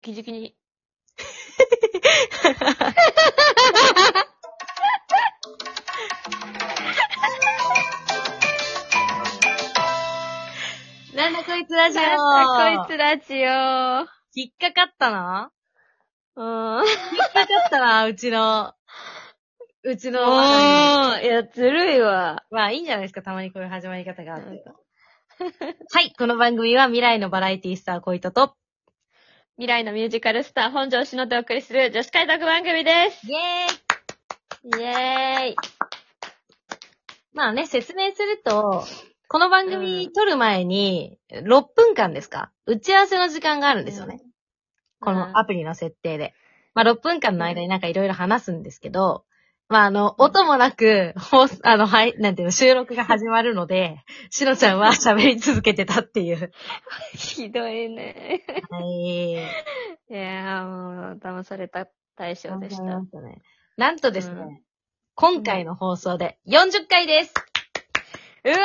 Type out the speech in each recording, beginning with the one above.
気づきに。 なんだこいつラジオ。 なんだこいつラジオ。 引っかかったな。 引っ引っかかったな、うちの。 いや、ずるいわ。 まあいいんじゃないですか、たまにこういう始まり方があって。はい、この番組は未来のバラエティスター小糸と、 未来のミュージカルスター本庄しのでお送りする女子会トーク番組です。 イエーイ。 イエーイ。 まあね、説明すると、この番組撮る前に、6分間ですか、打ち合わせの時間があるんですよね。このアプリの設定で。まあ6分間の間になんかいろいろ話すんですけど、まあ音もなく、なんていうの、収録が始まるので、しのちゃんは喋り続けてたっていう。 ひどいね。 はい。 いやーもう、騙された対象でした。 ね、なんとですね、今回の放送で40回です。 うわーわ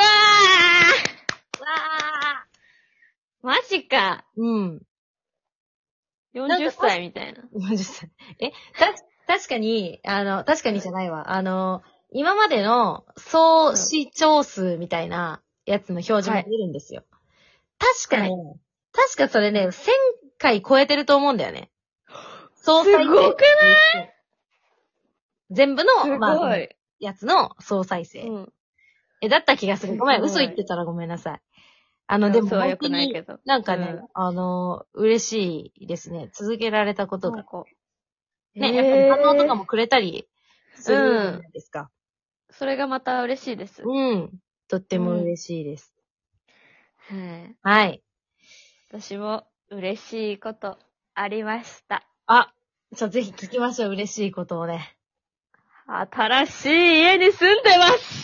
マジか。 うん。 40歳みたいな。 40歳。確かにじゃないわ。今までの総視聴数みたいなやつの表示も出るんですよ。確かそれね、1000回超えてると思うんだよね。総再生。 すごくない全部の、 すごい。 やつの総再生。だった気がする。ごめん、嘘言ってたらごめんなさい。でも本当に、なんかね、嬉しいですね。続けられたことが。ね、やっぱり反応とかもくれたりするじゃないですか。 それがまた嬉しいです。 とっても嬉しいです。 はい。私も嬉しいことありました。 ぜひ聞きましょう、嬉しいことをね。 新しい家に住んでます。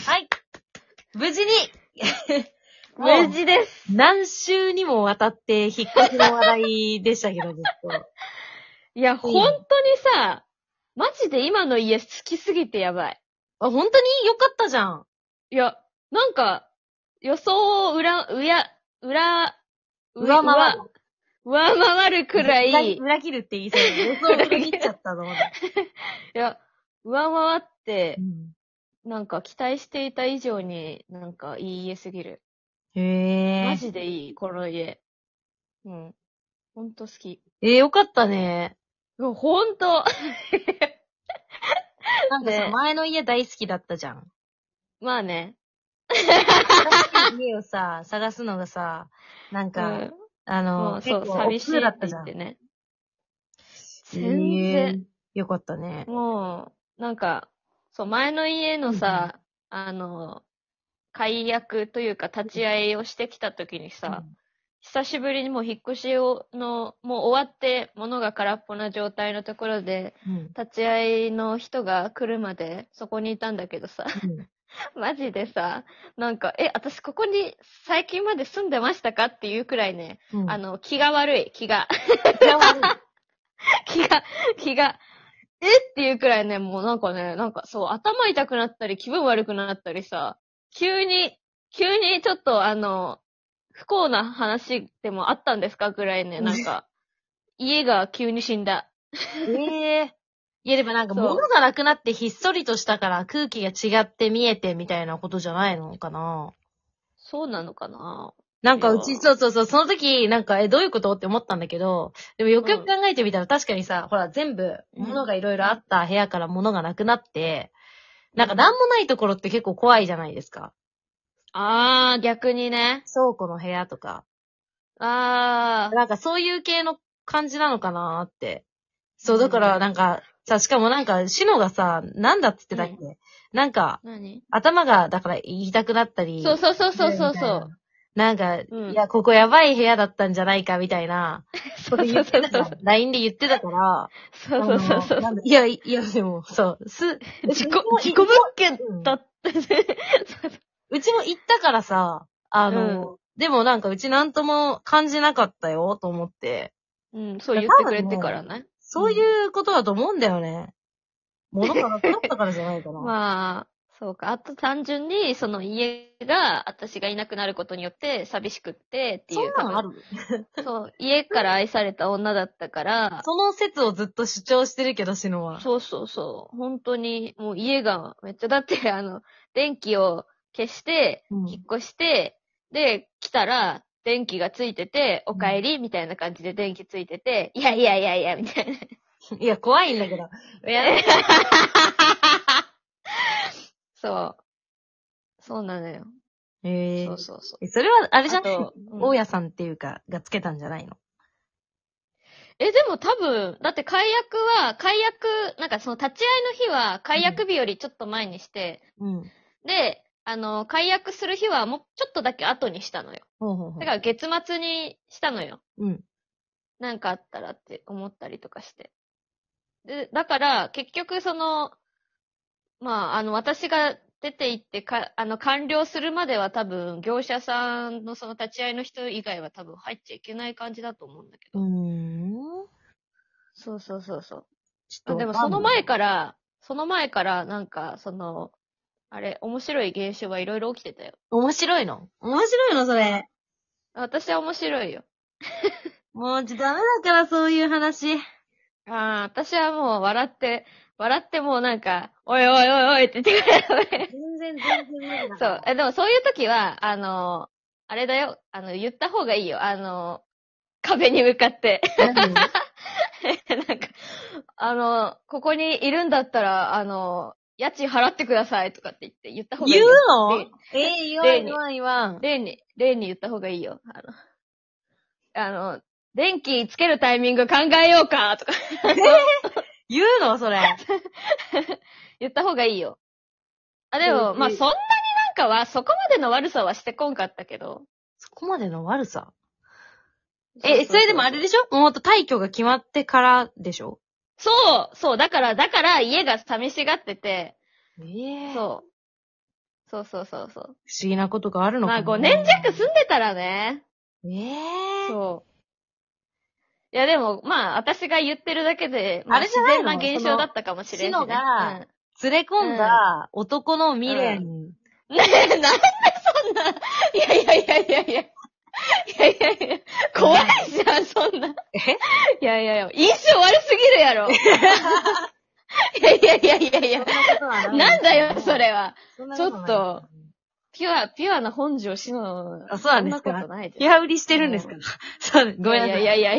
はい。無事に無事です。 何週にもわたって引っ越しの話題でしたけど、ずっと。 いや、本当にさ、マジで今の家好きすぎてやばい。 本当によかったじゃん。 いや、なんか、予想を上回るくらい。 裏切るって言いそうだ。予想を裏切っちゃったの。いや、上回って、なんか期待していた以上になんかいい家すぎる。マジでいい、この家。ほんと好き。よかったね。 ほんと。 なんかさ、前の家大好きだったじゃん。 まあね。 家をさ、探すのがさ、なんか、 もうそう、寂しいって言ってね。全然。 よかったね。 もう、なんか、そう、前の家のさ、解約というか立ち会いをしてきた時にさ、久しぶりにもう引っ越しもう終わって物が空っぽな状態のところで、立ち会いの人が来るまでそこにいたんだけどさ、マジでさ、なんか、私ここに最近まで住んでましたかっていうくらいね、気が悪い、気が。っていうくらいね、もうなんかね、なんかそう、頭痛くなったり気分悪くなったりさ、急にちょっと不幸な話でもあったんですかぐらいね、なんか、家が急に死んだ。 いやでもなんか物がなくなってひっそりとしたから空気が違って見えてみたいなことじゃないのかな。 そうなのかな。 なんかうち、その時、なんか、どういうことって思ったんだけど、でもよくよく考えてみたら確かにさ、ほら全部、物がいろいろあった部屋から物がなくなって、なんかなんもないところって結構怖いじゃないですか。 逆にね。 倉庫の部屋とか。なんかそういう系の感じなのかなって。そう、だからなんか、さ、しかもなんか、シノがさ、なんだって言ってたっけ、なんか、頭が、だから言いたくなったり。 そう。 なんか、いや、ここやばい部屋だったんじゃないか、みたいな。こと言ってたじゃん。LINE で言ってたから。 そう。 いや、でも、そう。 自己物件だって。 うちも行ったからさ、でもなんかうちなんとも感じなかったよ、と思って。 そう言ってくれてからね。 そういうことだと思うんだよね。物がなくなったからじゃないかな。 まあ、 そうか。あと単純に、その家が、私がいなくなることによって寂しくってっていう、 そんなんあるそう、家から愛された女だったから、 その説をずっと主張してるけど、シノは。 そうそうそう。本当に、もう家がめっちゃ、だって電気を消して、引っ越して、で、来たら、電気がついてて、お帰り、みたいな感じで電気ついてて、いやいやいやいや、みたいな。 いや、怖いんだけど。いや、 そう。そうなのよ。そうそうそう。 それは、あれじゃないあと、 大家さんっていうか、がつけたんじゃないの？ でも多分、だってなんかその立ち会いの日は、解約日よりちょっと前にして、で、解約する日はもうちょっとだけ後にしたのよ。だから月末にしたのよ。なんかあったらって思ったりとかして。で、だから結局私が出て行って完了するまでは多分、業者さんのその立ち会いの人以外は多分入っちゃいけない感じだと思うんだけど。そうそうそうそう。でもその前から、なんか、面白い現象がいろいろ起きてたよ。 面白いのそれ。 私は面白いよ。 もう、ダメだからそういう話。 私はもう笑ってもうなんか、おいおいおいおいって言ってくれるのね。 全然無理だ。 そう。でもそういう時は、あれだよ。言った方がいいよ。壁に向かって。なんか、ここにいるんだったら、家賃払ってくださいとかって言った方がいいよ。 言うの？言わん。 例に言った方がいいよ。電気つけるタイミング考えようかとか。 言うのそれ。 言った方がいいよ。でも、まあ、そんなにそこまでの悪さはしてこんかったけど。 そこまでの悪さ？それでもあれでしょ？もっと退去が決まってからでしょ？ そう、だから家が寂しがってて。そう。そう。不思議なことがあるのかな。 まあ5年弱住んでたらね。そう。いやでも、まあ、私が言ってるだけで、まあ、 あれじゃないの？ 自然な現象だったかもしれない、ね。 シノが、連れ込んだ男の未練。 ねえ、なんでそんな。いや。怖いじゃん、そんな。いや、印象悪すぎるやろ。いや。なんだよ、それは。ちょっと、ピュアな本性しの。 そうなんですか？ そんなことないです。 ピュア売りしてるんですか？そう、ごめんなさい。 いや。 いや。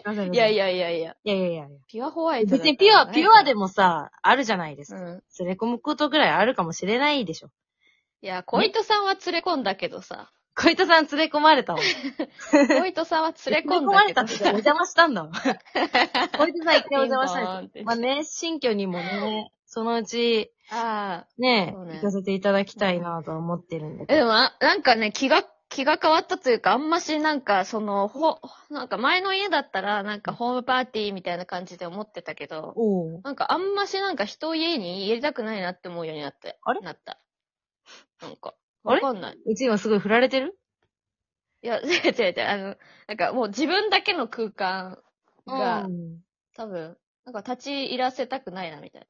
ピュアホワイト。 別にピュアでもさ、あるじゃないですか。連れ込むことぐらいあるかもしれないでしょ。いや、 小糸さんは連れ込んだけどさ。 小糸さん連れ込まれたわ。 小糸さんは連れ込んだけどさ。連れ込まれたってお邪魔したんだわ。小糸さん一回お邪魔したんです。まあね、新居にもね、そのうち、ね、行かせていただきたいなと思ってるんだけど。 でも、なんかね、気が変わったというか、あんましなんか、なんか前の家だったら、なんかホームパーティーみたいな感じで思ってたけど、なんかあんましなんか人を家に入れたくないなって思うようになった。なんか、わかんない。 うち今すごい振られてる？ いや、違う。なんかもう自分だけの空間が、多分、なんか立ち入らせたくないな、みたいな。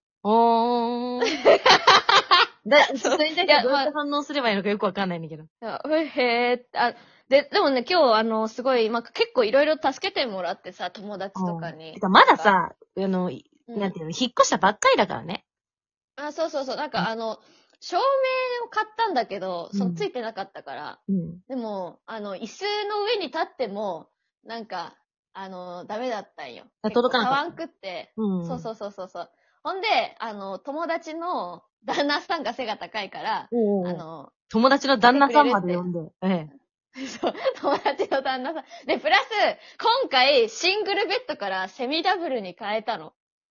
それに対してどうやって反応すればいいのかよくわかんないんだけど。 でもね、今日、すごい、結構いろいろ助けてもらってさ、友達とかに。 まださ、なんていうの、引っ越したばっかりだからね。 そう。なんか照明を買ったんだけど、ついてなかったから。でも、椅子の上に立っても、なんか、ダメだったんよ。 届かなかった。 タワンクって。そう。ほんで、友達の旦那さんが背が高いから、 友達の旦那さんまで呼んで。 そう、友達の旦那さん。で、プラス、今回、シングルベッドからセミダブルに変えたの。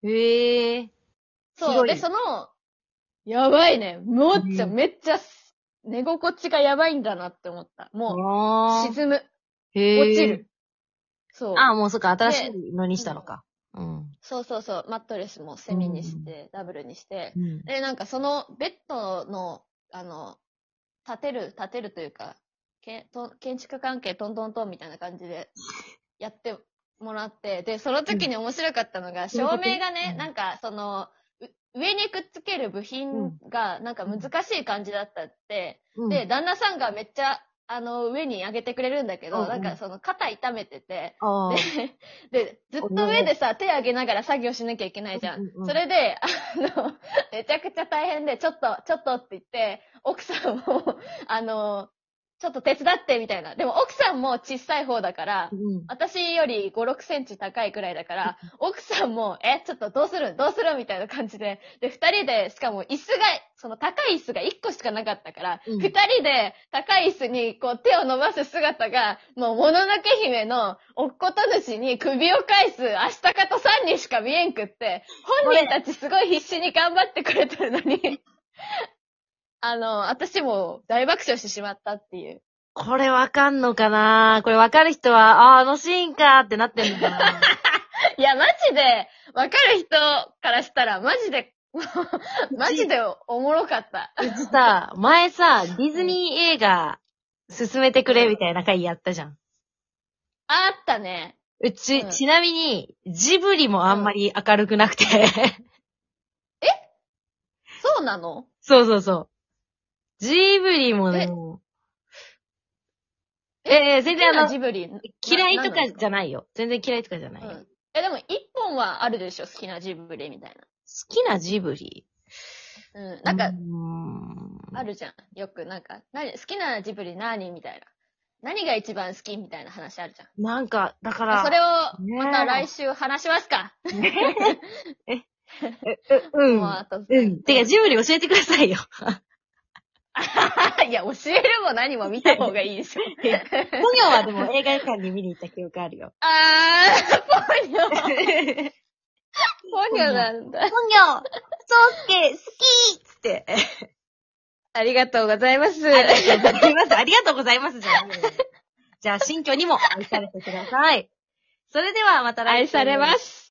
そう、で、やばいね。めっちゃ、寝心地がやばいんだなって思った。もう、沈む。落ちる。そう。 もうそっか、新しいのにしたのか。 そう。マットレスもセミにして、ダブルにして。で、なんかその、ベッドの、立てるというか、建築関係トントントンみたいな感じで、やってもらって、で、その時に面白かったのが、照明がね、なんか、 上にくっつける部品がなんか難しい感じだったって、 うん、 で、旦那さんがめっちゃ、上に上げてくれるんだけど、 うんうんなんかその肩痛めてて、 あで、ずっと上でさ、手上げながら作業しなきゃいけないじゃん。 うんうんうんそれで、めちゃくちゃ大変で、ちょっとって言って、奥さんも、ちょっと手伝ってみたいな。でも奥さんも小さい方だから、 うん私より5、6センチ高いくらいだから、奥さんも、ちょっとどうするみたいな感じで。で、二人で、しかも椅子が、その高い椅子が1個しかなかったから、 うん二人で高い椅子にこう手を伸ばす姿が、もうもののけ姫のおっこと主に首を返すアシタカと3人しか見えんくって、本人たちすごい必死に頑張ってくれてるのに、私も大爆笑してしまったっていう。 これわかんのかな？これわかる人は、あのシーンかってなってんのかな？ いや、マジで、わかる人からしたら、マジでおもろかった。 うちさ、前さ、ディズニー映画、進めてくれみたいな回やったじゃん。 あったね。 ちなみに、ジブリもあんまり明るくなくて。 そうなの？ そうそうそう。ジブリもね、全然ジブリ。 嫌いとかじゃないよ。全然嫌いとかじゃないよ。 でも一本はあるでしょ、好きなジブリみたいな。 好きなジブリ？ なんか、あるじゃん。よく、なんか、好きなジブリ何みたいな。何が一番好きみたいな話あるじゃん。 なんか、だから。 それを、また来週話しますか。 てか、ジブリ教えてくださいよ。 いや、教えるも何も見た方がいいでしょ。 ポニョはでも映画館に見に行った記憶あるよ。 ポニョ。ポニョなんだ。 ポニョ、そうすけ、好きつって。 ありがとうございます。 ありがとうございます。ありがとうございますじゃん。じゃあ、新居にも愛されてください。それではまた来週。 愛されます。